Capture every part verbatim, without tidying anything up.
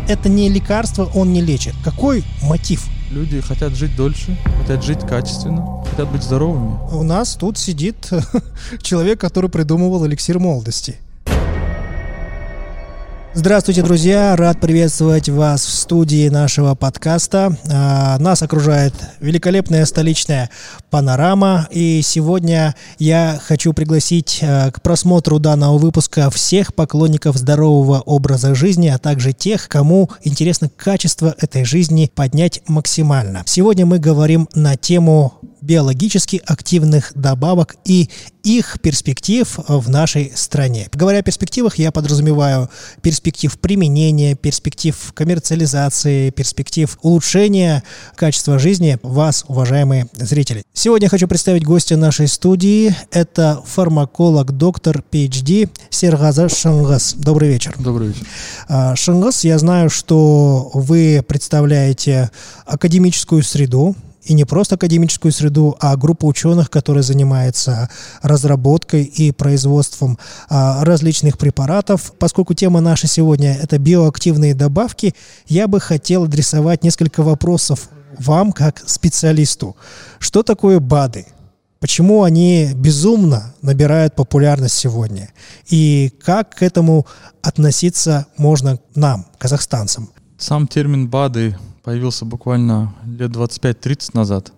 это не лекарство, он не лечит. Какой мотив? Люди хотят жить дольше, хотят жить качественно, хотят быть здоровыми. У нас тут сидит человек, который придумывал эликсир молодости. Здравствуйте, друзья! Рад приветствовать вас в студии нашего подкаста. Нас окружает великолепная столичная панорама. И сегодня я хочу пригласить к просмотру данного выпуска всех поклонников здорового образа жизни, а также тех, кому интересно качество этой жизни поднять максимально. Сегодня мы говорим на тему биологически активных добавок и их перспектив в нашей стране. Говоря о перспективах, я подразумеваю перспектив применения, перспектив коммерциализации, перспектив улучшения качества жизни вас, уважаемые зрители. Сегодня я хочу представить гостя нашей студии. Это фармаколог, доктор, пи эйч ди Серғазы Шыңғыс. Добрый вечер. Добрый вечер. Шыңғыс, я знаю, что вы представляете академическую среду, и не просто академическую среду, а группу ученых, которая занимается разработкой и производством а, различных препаратов. Поскольку тема наша сегодня – это биоактивные добавки, я бы хотел адресовать несколько вопросов вам, как специалисту. Что такое БАДы? Почему они безумно набирают популярность сегодня? И как к этому относиться можно нам, казахстанцам? Сам термин БАДы появился буквально лет двадцать пять тридцать назад.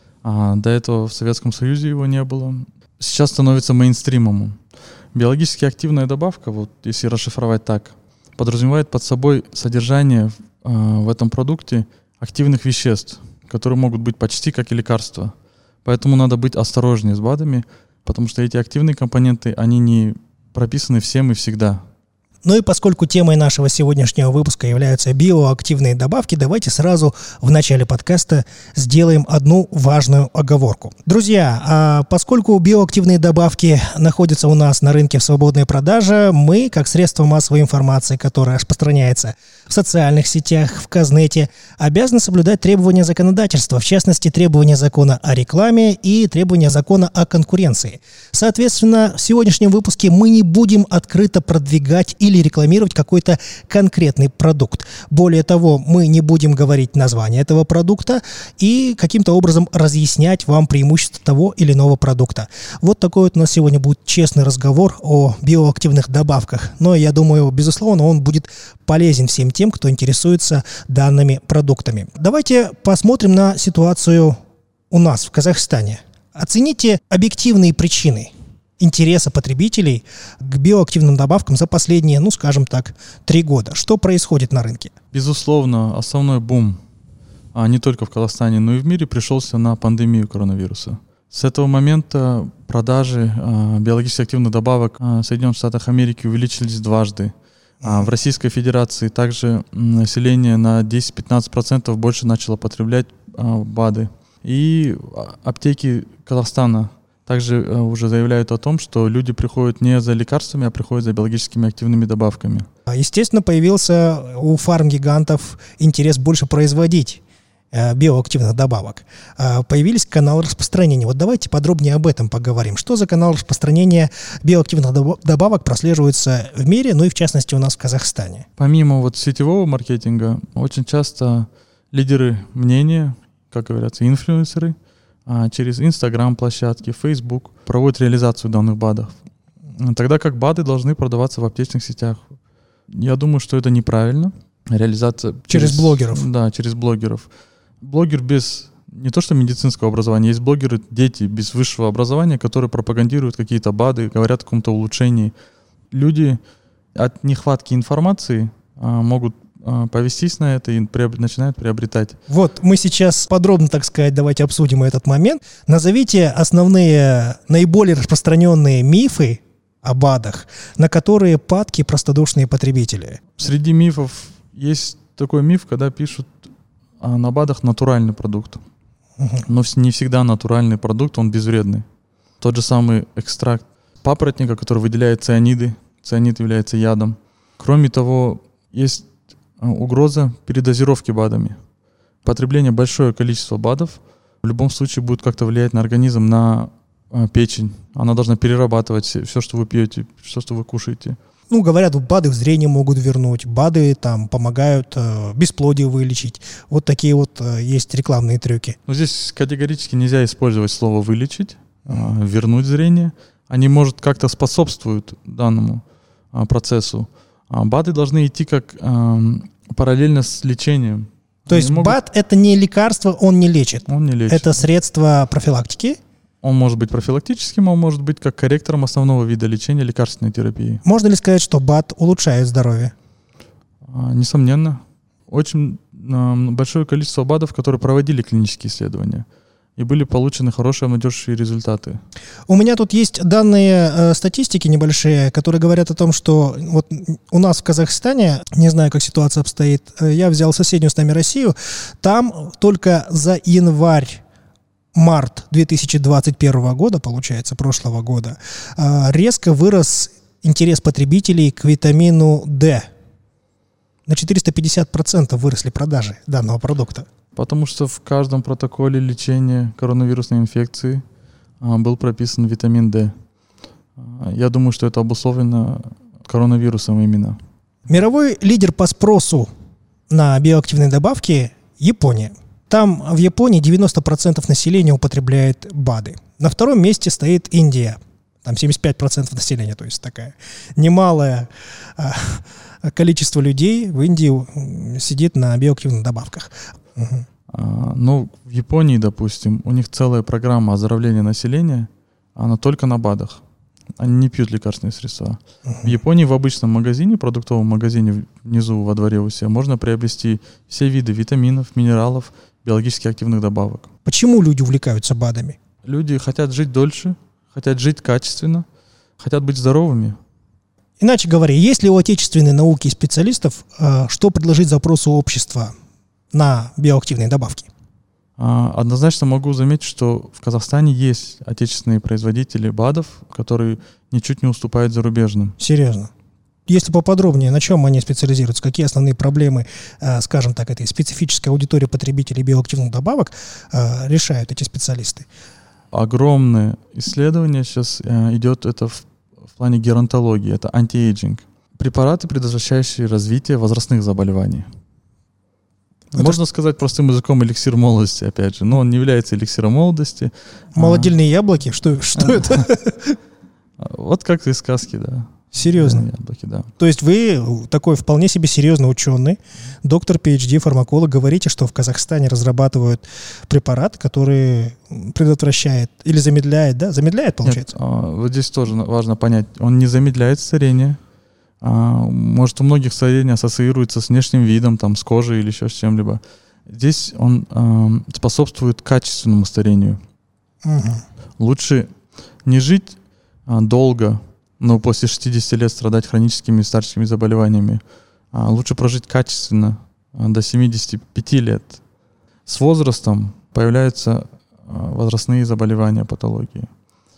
А до этого в Советском Союзе его не было. Сейчас становится мейнстримом. Биологически активная добавка, вот если расшифровать так, подразумевает под собой содержание э, в этом продукте активных веществ, которые могут быть почти как и лекарства. Поэтому надо быть осторожнее с БАДами, потому что эти активные компоненты, они не прописаны всем и всегда. Ну и поскольку темой нашего сегодняшнего выпуска являются биоактивные добавки, давайте сразу в начале подкаста сделаем одну важную оговорку. Друзья, а поскольку биоактивные добавки находятся у нас на рынке в свободной продаже, мы, как средство массовой информации, которое распространяется в социальных сетях, в Казнете, обязаны соблюдать требования законодательства, в частности, требования закона о рекламе и требования закона о конкуренции. Соответственно, в сегодняшнем выпуске мы не будем открыто продвигать или рекламировать какой-то конкретный продукт. Более того, мы не будем говорить название этого продукта и каким-то образом разъяснять вам преимущества того или иного продукта. Вот такой вот у нас сегодня будет честный разговор о биоактивных добавках. Но я думаю, безусловно, он будет полезен всем тем, кто интересуется данными продуктами. Давайте посмотрим на ситуацию у нас в Казахстане. Оцените объективные причины интереса потребителей к биоактивным добавкам за последние, ну, скажем так, три года. Что происходит на рынке? Безусловно, основной бум, а не только в Казахстане, но и в мире, пришелся на пандемию коронавируса. С этого момента продажи а, биологически активных добавок а, в Соединенных Штатах Америки увеличились дважды. А в Российской Федерации также население на десять-пятнадцать процентов больше начало потреблять а, БАДы. И аптеки Казахстана также э, уже заявляют о том, что люди приходят не за лекарствами, а приходят за биологическими активными добавками. Естественно, появился у фармгигантов интерес больше производить э, биоактивных добавок. Э, появились каналы распространения. Вот давайте подробнее об этом поговорим. Что за канал распространения биоактивных добавок прослеживается в мире, ну и в частности у нас в Казахстане? Помимо вот сетевого маркетинга, очень часто лидеры мнения, как говорятся, инфлюенсеры, через Инстаграм-площадки, Фейсбук проводят реализацию данных БАДов. Тогда как БАДы должны продаваться в аптечных сетях. Я думаю, что это неправильно. Реализация через, через блогеров. Да, через блогеров. Блогер без не то что медицинского образования, есть блогеры, дети без высшего образования, которые пропагандируют какие-то БАДы, говорят о каком-то улучшении. Люди от нехватки информации а, могут повестись на это и приоб... начинают приобретать. Вот, мы сейчас подробно, так сказать, давайте обсудим этот момент. Назовите основные, наиболее распространенные мифы о БАДах, на которые падки простодушные потребители. Среди мифов есть такой миф, когда пишут а на БАДах натуральный продукт. Угу. Но не всегда натуральный продукт, он безвредный. Тот же самый экстракт папоротника, который выделяет цианиды. Цианид является ядом. Кроме того, есть угроза передозировки БАДами. Потребление большое количество БАДов в любом случае будет как-то влиять на организм, на э, печень. Она должна перерабатывать все, что вы пьете, все, что вы кушаете. Ну, говорят, БАДы в зрение могут вернуть, БАДы там помогают э, бесплодие вылечить. Вот такие вот э, есть рекламные трюки. Но здесь категорически нельзя использовать слово «вылечить», э, «вернуть зрение». Они, может, как-то способствуют данному э, процессу. А БАДы должны идти как э, параллельно с лечением. То есть могут... БАД — это не лекарство, он не лечит. Он не лечит. Это средство профилактики. Он может быть профилактическим, он может быть как корректором основного вида лечения лекарственной терапии. Можно ли сказать, что БАД улучшает здоровье? А, несомненно. Очень а, большое количество БАДов, которые проводили клинические исследования, и были получены хорошие обнадеживающие результаты. У меня тут есть данные э, статистики небольшие, которые говорят о том, что вот у нас в Казахстане, не знаю, как ситуация обстоит, э, я взял соседнюю с нами Россию, там только за январь март две тысячи двадцать первого года, получается, прошлого года, резко вырос интерес потребителей к витамину D. На четыреста пятьдесят процентов выросли продажи данного продукта. Потому что в каждом протоколе лечения коронавирусной инфекции был прописан витамин D. Я думаю, что это обусловлено коронавирусом именно. Мировой лидер по спросу на биоактивные добавки – Япония. Там в Японии девяносто процентов населения употребляет БАДы. На втором месте стоит Индия. Там семьдесят пять процентов населения, то есть такая немалое а, количество людей в Индии сидит на биоактивных добавках. Угу. А, ну, в Японии, допустим, у них целая программа оздоровления населения, она только на БАДах. Они не пьют лекарственные средства. Uh-huh. В Японии в обычном магазине, продуктовом магазине внизу во дворе у себя, можно приобрести все виды витаминов, минералов, биологически активных добавок. Почему люди увлекаются БАДами? Люди хотят жить дольше, хотят жить качественно, хотят быть здоровыми. Иначе говоря, есть ли у отечественной науки и специалистов, что предложить запросу общества на биоактивные добавки? Однозначно могу заметить, что в Казахстане есть отечественные производители БАДов, которые ничуть не уступают зарубежным. Серьезно? Если поподробнее, на чем они специализируются, какие основные проблемы, скажем так, этой специфической аудитории потребителей биоактивных добавок решают эти специалисты? Огромное исследование сейчас идет это в, в плане геронтологии, это антиэйджинг. Препараты, предотвращающие развитие возрастных заболеваний. Это Можно сказать простым языком эликсир молодости, опять же, но он не является эликсиром молодости. Молодильные а... яблоки? Что, что это? Вот как из сказки, да. Серьезно? Яблоки, да. То есть вы такой вполне себе серьезный ученый, доктор, пи эйч ди, фармаколог, говорите, что в Казахстане разрабатывают препарат, который предотвращает или замедляет, да? Замедляет, получается? Нет, вот здесь тоже важно понять, он не замедляет старение. Может, у многих старение ассоциируется с внешним видом, там, с кожей или еще с чем-либо. Здесь он э, способствует качественному старению. Угу. Лучше не жить а, долго, но после шестидесяти лет страдать хроническими старческими заболеваниями. А лучше прожить качественно а, до семидесяти пяти лет. С возрастом появляются а, возрастные заболевания, патологии.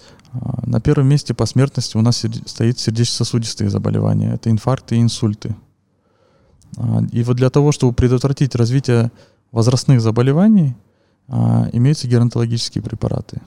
На первом месте по смертности у нас стоит сердечно-сосудистые заболевания. Это инфаркты и инсульты. И вот для того, чтобы предотвратить развитие возрастных заболеваний, имеются геронтологические препараты.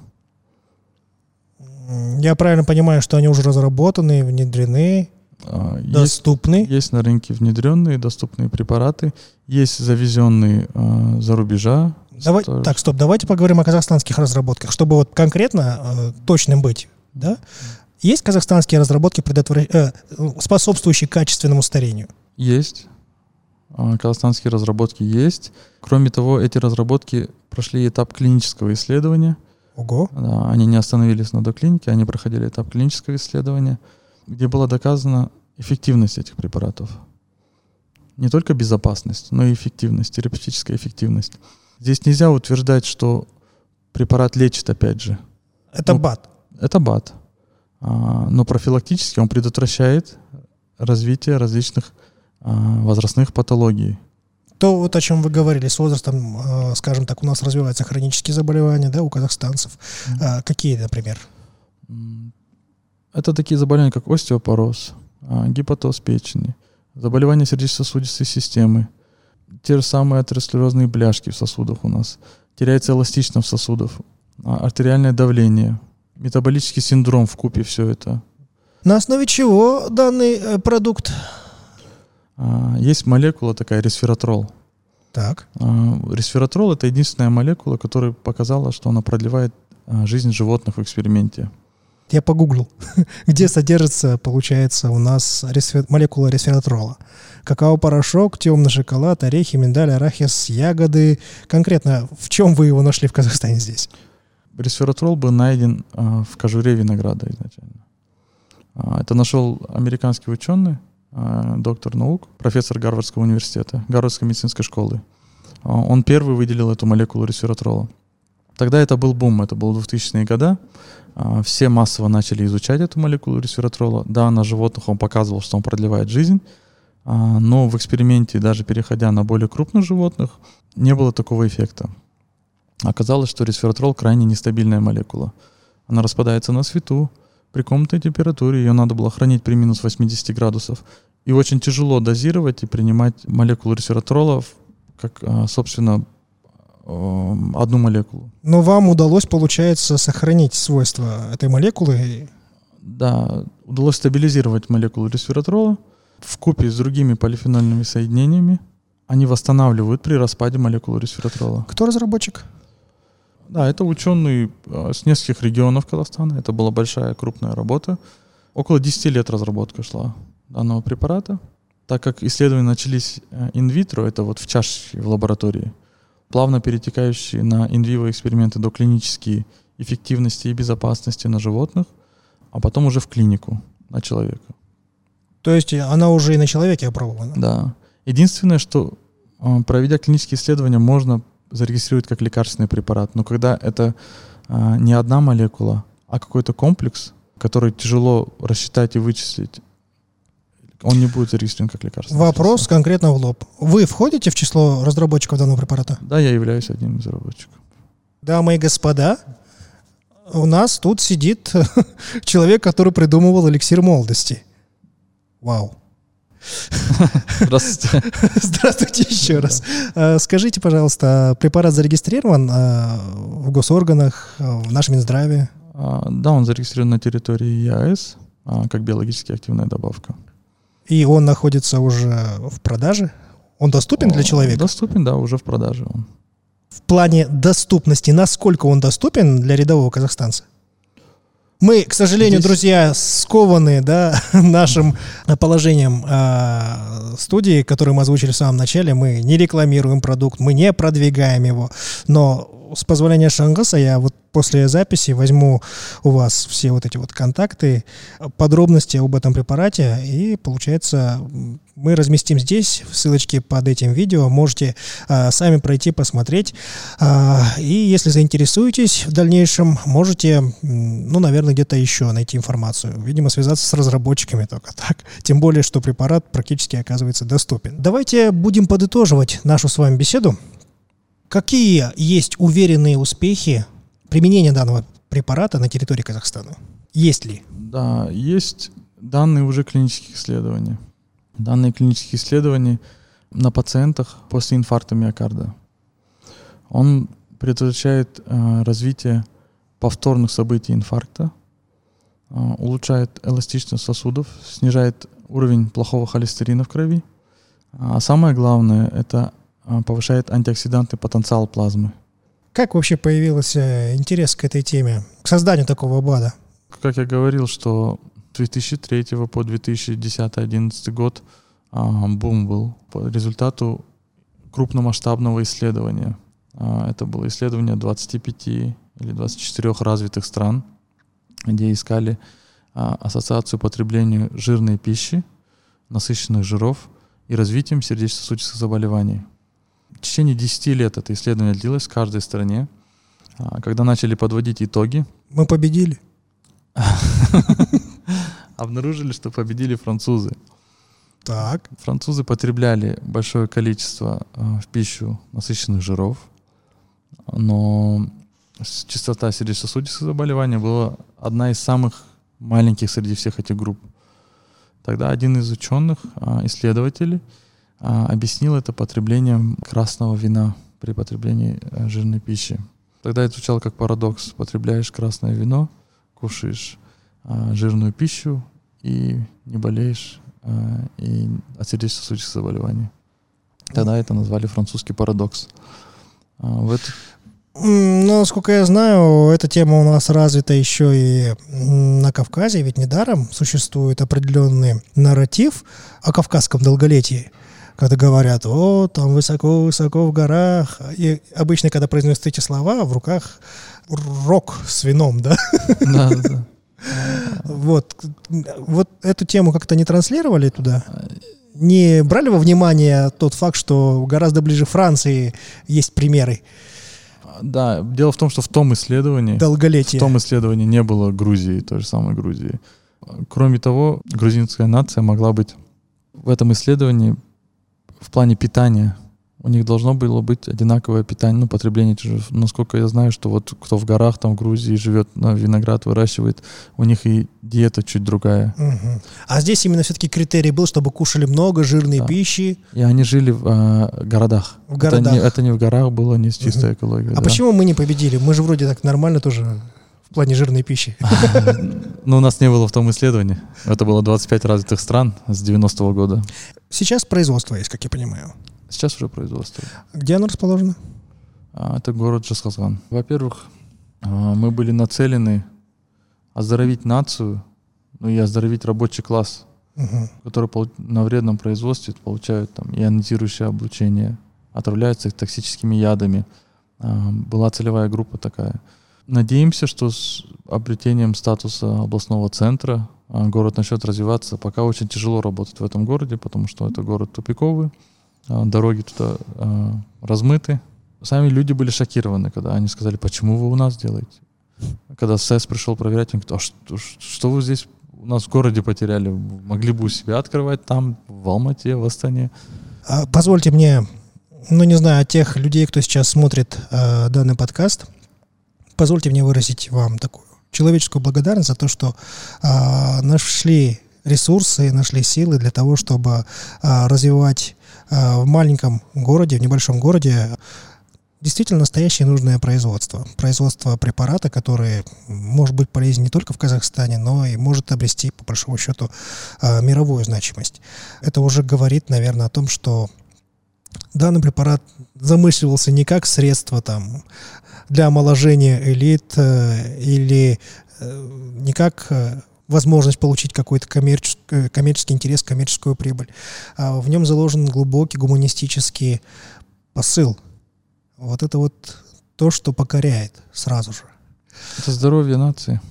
Я правильно понимаю, что они уже разработаны, внедрены, есть, доступны? Есть на рынке внедренные, доступные препараты. Есть завезенные за рубежа. Давай, так, стоп, давайте поговорим о казахстанских разработках, чтобы вот конкретно э, точным быть. Да? Есть казахстанские разработки, предотвра... э, способствующие качественному старению? Есть. Казахстанские разработки есть. Кроме того, эти разработки прошли этап клинического исследования. Ого. Да, они не остановились на доклинике, они проходили этап клинического исследования, где была доказана эффективность этих препаратов. Не только безопасность, но и эффективность, терапевтическая эффективность. Здесь нельзя утверждать, что препарат лечит, опять же. Это ну, БАД? Это БАД. А, но профилактически он предотвращает развитие различных а, возрастных патологий. То, вот о чем вы говорили, с возрастом, э, скажем так, у нас развиваются хронические заболевания, да, у казахстанцев. Mm-hmm. Э, какие, например? Это такие заболевания, как остеопороз, гепатоз печени, заболевания сердечно-сосудистой системы, те же самые атеросклерозные бляшки в сосудах у нас, теряется эластичность сосудов, артериальное давление, метаболический синдром вкупе все это. На основе чего данный э, продукт? А, есть молекула такая, ресвератрол. Так. А, ресвератрол — это единственная молекула, которая показала, что она продлевает а, жизнь животных в эксперименте. Я погуглил, где содержится, получается, у нас ресвер... молекула ресвератрола. Какао-порошок, темный шоколад, орехи, миндаль, арахис, ягоды. Конкретно, в чем вы его нашли в Казахстане здесь? Ресвератрол был найден а, в кожуре винограда изначально. А, это нашел американский ученый, а, доктор наук, профессор Гарвардского университета, Гарвардской медицинской школы. А, он первый выделил эту молекулу ресвератрола. Тогда это был бум, это было двухтысячные годы. А, все массово начали изучать эту молекулу ресвератрола. Да, на животных он показывал, что он продлевает жизнь, а, но в эксперименте, даже переходя на более крупных животных, не было такого эффекта. Оказалось, что ресвератрол крайне нестабильная молекула. Она распадается на свету, при комнатной температуре ее надо было хранить при минус восемьдесят градусов. И очень тяжело дозировать и принимать молекулу ресвератрола как, собственно, одну молекулу. Но вам удалось, получается, сохранить свойства этой молекулы? Да, удалось стабилизировать молекулу ресвератрола вкупе с другими полифенольными соединениями. Они восстанавливают при распаде молекулы ресвератрола. Кто разработчик? Да, это ученый с нескольких регионов Казахстана. Это была большая, крупная работа. Около десяти лет разработка шла данного препарата. Так как исследования начались инвитро, это вот в чаше в лаборатории, плавно перетекающие на инвиво эксперименты доклинические эффективности и безопасности на животных, а потом уже в клинику на человека. То есть она уже и на человеке опробована? Да. Единственное, что проведя клинические исследования, можно зарегистрировать как лекарственный препарат. Но когда это а, не одна молекула, а какой-то комплекс, который тяжело рассчитать и вычислить, он не будет зарегистрирован как лекарственный. Вопрос средство. Конкретно в лоб. Вы входите в число разработчиков данного препарата? Да, я являюсь одним из разработчиков. Дамы и господа, у нас тут сидит человек, который придумывал эликсир молодости. Вау. Здравствуйте. Здравствуйте еще раз. Скажите, пожалуйста, препарат зарегистрирован в госорганах, в нашем Минздраве? Да, он зарегистрирован на территории ЕАЭС как биологически активная добавка. И он находится уже в продаже? Он доступен для человека? Доступен, да, уже в продаже он. В плане доступности, насколько он доступен для рядового казахстанца? Мы, к сожалению, Здесь... друзья, скованы, да, нашим положением э, студии, которое мы озвучили в самом начале. Мы не рекламируем продукт, мы не продвигаем его. Но с позволения Шангаса я вот после записи возьму у вас все вот эти вот контакты, подробности об этом препарате, и, получается, мы разместим здесь ссылочки под этим видео. Можете а, сами пройти, посмотреть. А, и если заинтересуетесь в дальнейшем, можете, ну, наверное, где-то еще найти информацию. Видимо, связаться с разработчиками только так. Тем более, что препарат практически оказывается доступен. Давайте будем подытоживать нашу с вами беседу. Какие есть уверенные успехи применения данного препарата на территории Казахстана? Есть ли? Да, есть данные уже клинических исследований. Данные клинические исследования на пациентах после инфаркта миокарда. Он предотвращает э, развитие повторных событий инфаркта, э, улучшает эластичность сосудов, снижает уровень плохого холестерина в крови. А самое главное, это повышает антиоксидантный потенциал плазмы. Как вообще появился интерес к этой теме, к созданию такого БАДа? Как я говорил, что с две тысячи третьего по две тысячи десятый — две тысячи одиннадцатый год а, бум был по результату крупномасштабного исследования. А, это было исследование двадцати пяти или двадцати четырёх развитых стран, где искали а, ассоциацию потребления жирной пищи, насыщенных жиров и развитием сердечно-сосудистых заболеваний. В течение десяти лет это исследование длилось в каждой стране. Когда начали подводить итоги... Мы победили. Обнаружили, что победили французы. Так. Французы потребляли большое количество в пищу насыщенных жиров, но частота сердечно-сосудистых заболеваний была одна из самых маленьких среди всех этих групп. Тогда один из ученых, исследователей, объяснил это потреблением красного вина при потреблении жирной пищи. Тогда это звучало как парадокс. Потребляешь красное вино, кушаешь жирную пищу и не болеешь, и от сердечно-сосудистых заболеваний. Тогда это назвали французский парадокс. В это... Ну, насколько я знаю, эта тема у нас развита еще и на Кавказе, ведь недаром существует определенный нарратив о кавказском долголетии, когда говорят: о, там высоко-высоко в горах. И обычно, когда произносят эти слова, в руках рог с вином, да? Да, да, да. Вот. Вот эту тему как-то не транслировали туда? Не брали во внимание тот факт, что гораздо ближе Франции есть примеры? Да, дело в том, что в том исследовании, долголетие. в том исследовании не было Грузии, той же самой Грузии. Кроме того, грузинская нация могла быть в этом исследовании в плане питания. У них должно было быть одинаковое питание, ну, потребление. Насколько я знаю, что вот кто в горах, там в Грузии живет, на виноград выращивает, у них и диета чуть другая. Угу. А здесь именно все-таки критерий был, чтобы кушали много жирной да. пищи. И они жили в э, городах. В городах. Это не, это не в горах было, не с чистой угу. экологией. А да. почему мы не победили? Мы же вроде так нормально тоже в плане жирной пищи. Ну, у нас не было в том исследовании. Это было двадцать пять развитых стран с девяностого года. Сейчас производство есть, как я понимаю. Сейчас уже производство. Где оно расположено? Это город Жезказган. Во-первых, мы были нацелены оздоровить нацию, ну и оздоровить рабочий класс, угу. который на вредном производстве получают там ионизирующее облучение, отравляются токсическими ядами. Была целевая группа такая. Надеемся, что с обретением статуса областного центра город начнет развиваться. Пока очень тяжело работать в этом городе, потому что это город тупиковый. Дороги туда э, размыты. Сами люди были шокированы, когда они сказали: почему вы у нас делаете? Когда СЭС пришел проверять, они говорят: а что, что вы здесь у нас в городе потеряли? Могли бы у себя открывать там, в Алмате, в Астане. А, позвольте мне, ну не знаю, от тех людей, кто сейчас смотрит э, данный подкаст, позвольте мне выразить вам такую человеческую благодарность за то, что э, нашли ресурсы, нашли силы для того, чтобы э, развивать в маленьком городе, в небольшом городе действительно настоящее нужное производство. Производство препарата, который может быть полезен не только в Казахстане, но и может обрести, по большому счету, мировую значимость. Это уже говорит, наверное, о том, что данный препарат замысливался не как средство там, для омоложения элит или не как возможность получить какой-то коммерческий, коммерческий интерес, коммерческую прибыль. А в нем заложен глубокий гуманистический посыл. Вот это вот то, что покоряет сразу же. Это здоровье нации.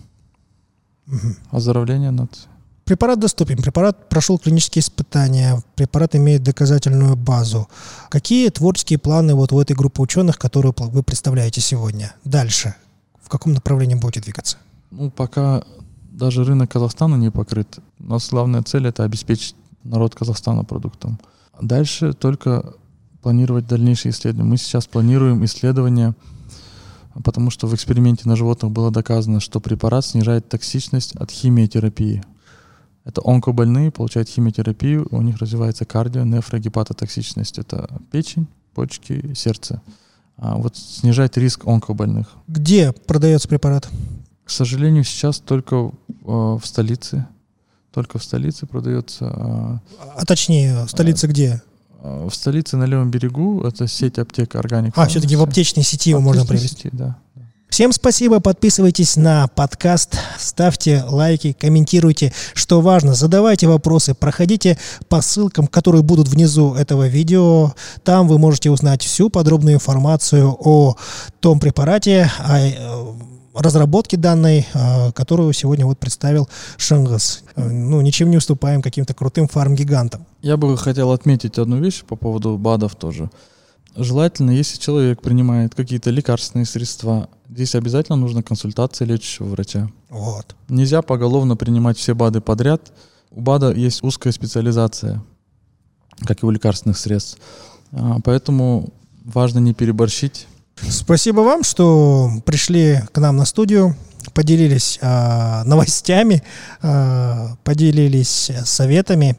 Угу. Оздоровление нации. Препарат доступен. Препарат прошел клинические испытания. Препарат имеет доказательную базу. Какие творческие планы вот у этой группы ученых, которую вы представляете сегодня? Дальше. В каком направлении будете двигаться? Ну, пока... Даже рынок Казахстана не покрыт. У нас главная цель — это обеспечить народ Казахстана продуктом. Дальше только планировать дальнейшие исследования. Мы сейчас планируем исследования, потому что в эксперименте на животных было доказано, что препарат снижает токсичность от химиотерапии. Это онкобольные получают химиотерапию, у них развивается кардио, нефро, гепатотоксичность. Это печень, почки, сердце. А вот снижает риск онкобольных. Где продается препарат? К сожалению, сейчас только э, в столице. Только в столице продается. Э, а точнее, столица э, где? Э, в столице на левом берегу. Это сеть аптек Органик. А, все-таки в аптечной сети его можно привезти. Сети, да. Всем спасибо, подписывайтесь на подкаст, ставьте лайки, комментируйте, что важно, задавайте вопросы, проходите по ссылкам, которые будут внизу этого видео. Там вы можете узнать всю подробную информацию о том препарате, о разработке данной, которую сегодня вот представил Шыңғыс. Ну, ничем не уступаем каким-то крутым фарм-гигантам. Я бы хотел отметить одну вещь по поводу БАДов тоже. Желательно, если человек принимает какие-то лекарственные средства, здесь обязательно нужна консультация лечащего врача. Вот. Нельзя поголовно принимать все БАДы подряд. У БАДа есть узкая специализация, как и у лекарственных средств. Поэтому важно не переборщить. Спасибо вам, что пришли к нам на студию, поделились э, новостями, э, поделились советами,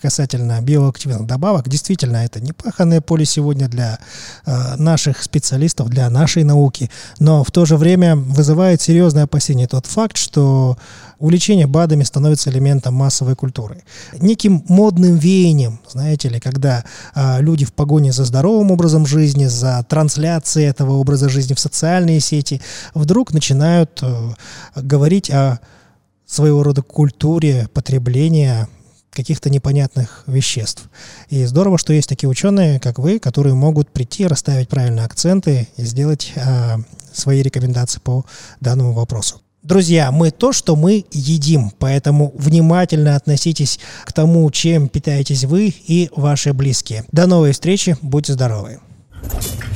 касательно биоактивных добавок. Действительно, это непаханное поле сегодня для э, наших специалистов, для нашей науки. Но в то же время вызывает серьезное опасение тот факт, что увлечение БАДами становится элементом массовой культуры. Неким модным веянием, знаете ли, когда э, люди в погоне за здоровым образом жизни, за трансляцией этого образа жизни в социальные сети, вдруг начинают э, говорить о своего рода культуре потребления каких-то непонятных веществ. И здорово, что есть такие ученые, как вы, которые могут прийти, расставить правильные акценты и сделать э, свои рекомендации по данному вопросу. Друзья, мы то, что мы едим, поэтому внимательно относитесь к тому, чем питаетесь вы и ваши близкие. До новой встречи, будьте здоровы!